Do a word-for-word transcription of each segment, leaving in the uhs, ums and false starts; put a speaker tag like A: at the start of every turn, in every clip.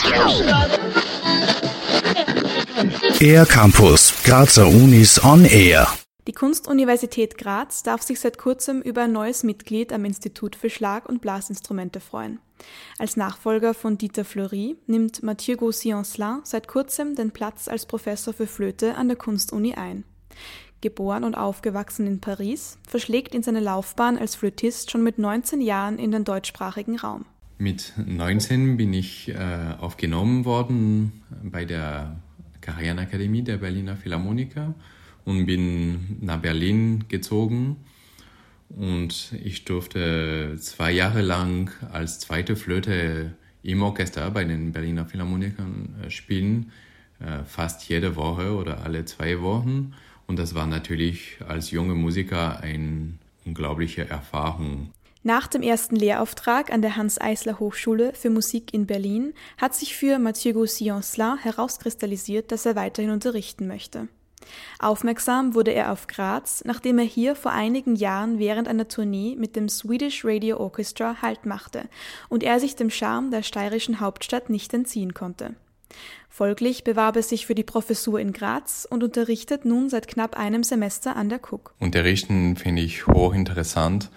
A: Air Campus, Grazer Unis on Air.
B: Die Kunstuniversität Graz darf sich seit kurzem über ein neues Mitglied am Institut für Schlag- und Blasinstrumente freuen. Als Nachfolger von Dieter Fleury nimmt Mathieu Gauzy-Ancelin seit kurzem den Platz als Professor für Flöte an der Kunstuni ein. Geboren und aufgewachsen in Paris, verschlägt ihn seine Laufbahn als Flötist schon mit neunzehn Jahren in den deutschsprachigen Raum.
C: Mit neunzehn bin ich äh, aufgenommen worden bei der Karajanakademie der Berliner Philharmoniker und bin nach Berlin gezogen. Und ich durfte zwei Jahre lang als zweite Flöte im Orchester bei den Berliner Philharmonikern spielen, äh, fast jede Woche oder alle zwei Wochen. Und das war natürlich als junger Musiker eine unglaubliche Erfahrung.
B: Nach dem ersten Lehrauftrag an der Hanns-Eisler-Hochschule für Musik in Berlin hat sich für Mathieu Gauzy-Ancelin herauskristallisiert, dass er weiterhin unterrichten möchte. Aufmerksam wurde er auf Graz, nachdem er hier vor einigen Jahren während einer Tournee mit dem Swedish Radio Orchestra Halt machte und er sich dem Charme der steirischen Hauptstadt nicht entziehen konnte. Folglich bewarb er sich für die Professur in Graz und unterrichtet nun seit knapp einem Semester an der K U K.
C: Unterrichten finde ich hochinteressant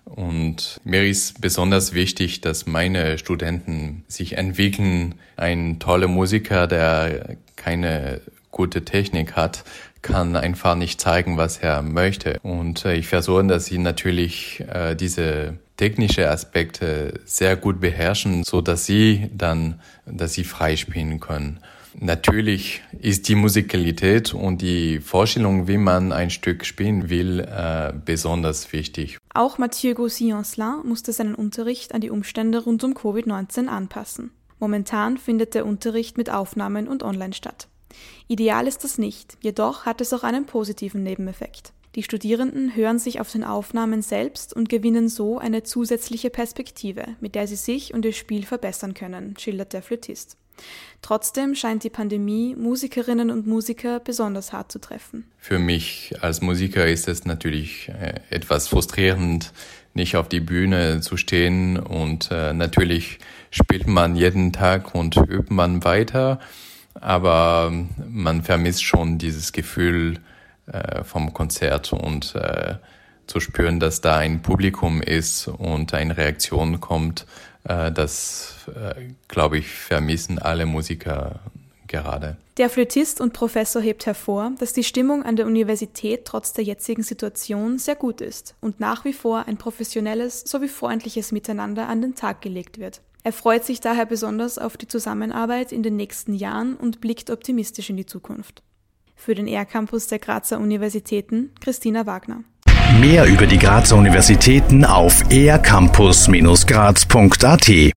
C: und mir ist besonders wichtig, dass meine Studenten sich entwickeln. Ein toller Musiker, der keine gute Technik hat, kann einfach nicht zeigen, was er möchte. Und ich versuche, dass sie natürlich äh, diese technische Aspekte sehr gut beherrschen, so dass sie dann, dass sie frei spielen können. Natürlich ist die Musikalität und die Vorstellung, wie man ein Stück spielen will, äh, besonders wichtig.
B: Auch Mathieu Gauzy-Ancelin musste seinen Unterricht an die Umstände rund um Covid neunzehn anpassen. Momentan findet der Unterricht mit Aufnahmen und online statt. Ideal ist das nicht, jedoch hat es auch einen positiven Nebeneffekt. Die Studierenden hören sich auf den Aufnahmen selbst und gewinnen so eine zusätzliche Perspektive, mit der sie sich und ihr Spiel verbessern können, schildert der Flötist. Trotzdem scheint die Pandemie Musikerinnen und Musiker besonders hart zu treffen.
C: Für mich als Musiker ist es natürlich äh, etwas frustrierend, nicht auf die Bühne zu stehen und äh, natürlich spielt man jeden Tag und übt man weiter, aber man vermisst schon dieses Gefühl äh, vom Konzert und äh, zu spüren, dass da ein Publikum ist und eine Reaktion kommt. Das, glaube ich, vermissen alle Musiker gerade.
B: Der Flötist und Professor hebt hervor, dass die Stimmung an der Universität trotz der jetzigen Situation sehr gut ist und nach wie vor ein professionelles sowie freundliches Miteinander an den Tag gelegt wird. Er freut sich daher besonders auf die Zusammenarbeit in den nächsten Jahren und blickt optimistisch in die Zukunft. Für den Air Campus der Grazer Universitäten, Christina Wagner.
A: Mehr über die Grazer Universitäten auf air campus Bindestrich graz Punkt a t.